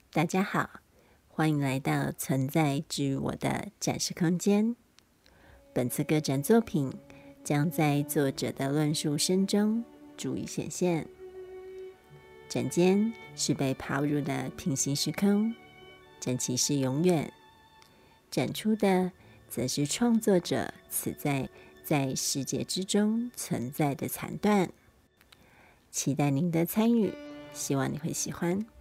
大家好，欢迎来到存在之于我的展示空间。本次个展作品将在作者的论述声中逐一显现。展间是被抛入的平行时空，展期是永远。展出的则是创作者此在世界之中存在的残段。期待您的参与，希望你会喜欢。